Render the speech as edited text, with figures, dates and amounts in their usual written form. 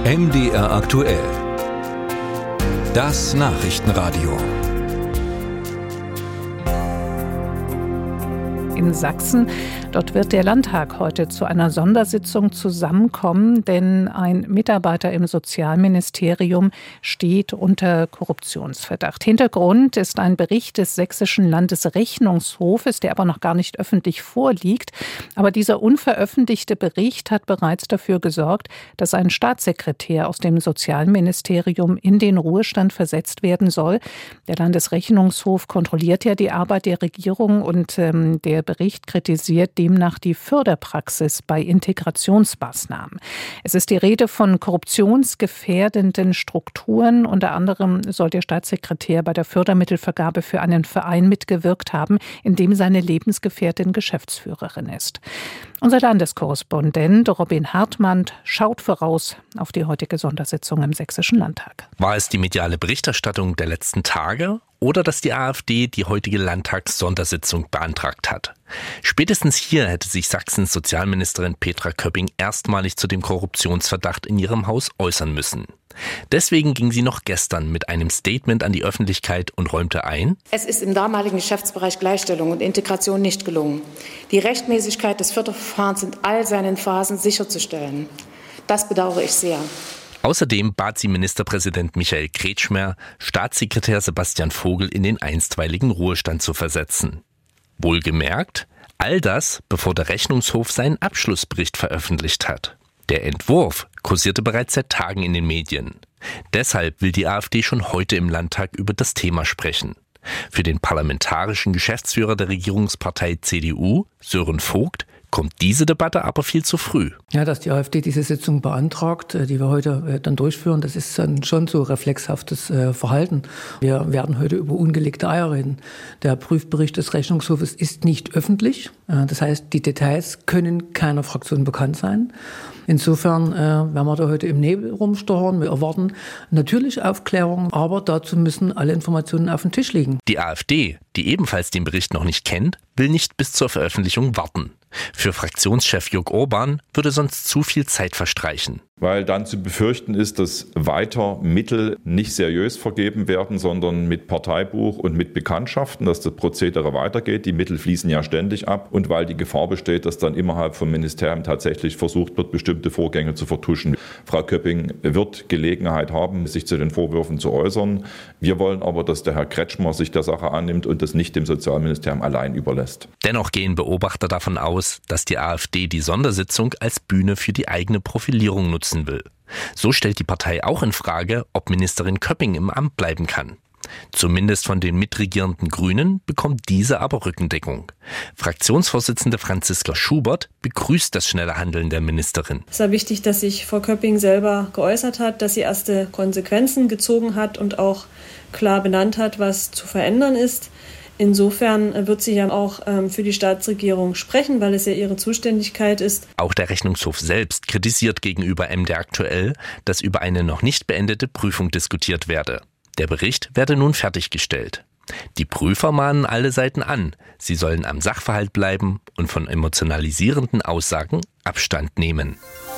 MDR aktuell. Das Nachrichtenradio. In Sachsen. Dort wird der Landtag heute zu einer Sondersitzung zusammenkommen, denn ein Mitarbeiter im Sozialministerium steht unter Korruptionsverdacht. Hintergrund ist ein Bericht des Sächsischen Landesrechnungshofes, der aber noch gar nicht öffentlich vorliegt. Aber dieser unveröffentlichte Bericht hat bereits dafür gesorgt, dass ein Staatssekretär aus dem Sozialministerium in den Ruhestand versetzt werden soll. Der Landesrechnungshof kontrolliert ja die Arbeit der Regierung und der Bericht kritisiert demnach die Förderpraxis bei Integrationsmaßnahmen. Es ist die Rede von korruptionsgefährdenden Strukturen. Unter anderem soll der Staatssekretär bei der Fördermittelvergabe für einen Verein mitgewirkt haben, in dem seine Lebensgefährtin Geschäftsführerin ist. Unser Landeskorrespondent Robin Hartmann schaut voraus auf die heutige Sondersitzung im Sächsischen Landtag. War es die mediale Berichterstattung der letzten Tage oder dass die AfD die heutige Landtagssondersitzung beantragt hat? Spätestens hier hätte sich Sachsens Sozialministerin Petra Köpping erstmalig zu dem Korruptionsverdacht in ihrem Haus äußern müssen. Deswegen ging sie noch gestern mit einem Statement an die Öffentlichkeit und räumte ein: Es ist im damaligen Geschäftsbereich Gleichstellung und Integration nicht gelungen, die Rechtmäßigkeit des Förderverfahrens in all seinen Phasen sicherzustellen. Das bedauere ich sehr. Außerdem bat sie Ministerpräsident Michael Kretschmer, Staatssekretär Sebastian Vogel in den einstweiligen Ruhestand zu versetzen. Wohlgemerkt, all das, bevor der Rechnungshof seinen Abschlussbericht veröffentlicht hat. Der Entwurf kursierte bereits seit Tagen in den Medien. Deshalb will die AfD schon heute im Landtag über das Thema sprechen. Für den parlamentarischen Geschäftsführer der Regierungspartei CDU, Sören Vogt, kommt diese Debatte aber viel zu früh. Ja, dass die AfD diese Sitzung beantragt, die wir heute dann durchführen, das ist dann schon so reflexhaftes Verhalten. Wir werden heute über ungelegte Eier reden. Der Prüfbericht des Rechnungshofes ist nicht öffentlich. Das heißt, die Details können keiner Fraktion bekannt sein. Insofern werden wir da heute im Nebel rumstochern. Wir erwarten natürlich Aufklärung, aber dazu müssen alle Informationen auf dem Tisch liegen. Die AfD, die ebenfalls den Bericht noch nicht kennt, will nicht bis zur Veröffentlichung warten. Für Fraktionschef Jörg Orban würde sonst zu viel Zeit verstreichen. Weil dann zu befürchten ist, dass weiter Mittel nicht seriös vergeben werden, sondern mit Parteibuch und mit Bekanntschaften, dass das Prozedere weitergeht. Die Mittel fließen ja ständig ab und weil die Gefahr besteht, dass dann innerhalb vom Ministerium tatsächlich versucht wird, bestimmte Vorgänge zu vertuschen. Frau Köpping wird Gelegenheit haben, sich zu den Vorwürfen zu äußern. Wir wollen aber, dass der Herr Kretschmer sich der Sache annimmt und das nicht dem Sozialministerium allein überlässt. Dennoch gehen Beobachter davon aus, dass die AfD die Sondersitzung als Bühne für die eigene Profilierung nutzen will. So stellt die Partei auch in Frage, ob Ministerin Köpping im Amt bleiben kann. Zumindest von den mitregierenden Grünen bekommt diese aber Rückendeckung. Fraktionsvorsitzende Franziska Schubert begrüßt das schnelle Handeln der Ministerin. Es war wichtig, dass sich Frau Köpping selber geäußert hat, dass sie erste Konsequenzen gezogen hat und auch klar benannt hat, was zu verändern ist. Insofern wird sie ja auch für die Staatsregierung sprechen, weil es ja ihre Zuständigkeit ist. Auch der Rechnungshof selbst kritisiert gegenüber MDR aktuell, dass über eine noch nicht beendete Prüfung diskutiert werde. Der Bericht werde nun fertiggestellt. Die Prüfer mahnen alle Seiten an, sie sollen am Sachverhalt bleiben und von emotionalisierenden Aussagen Abstand nehmen.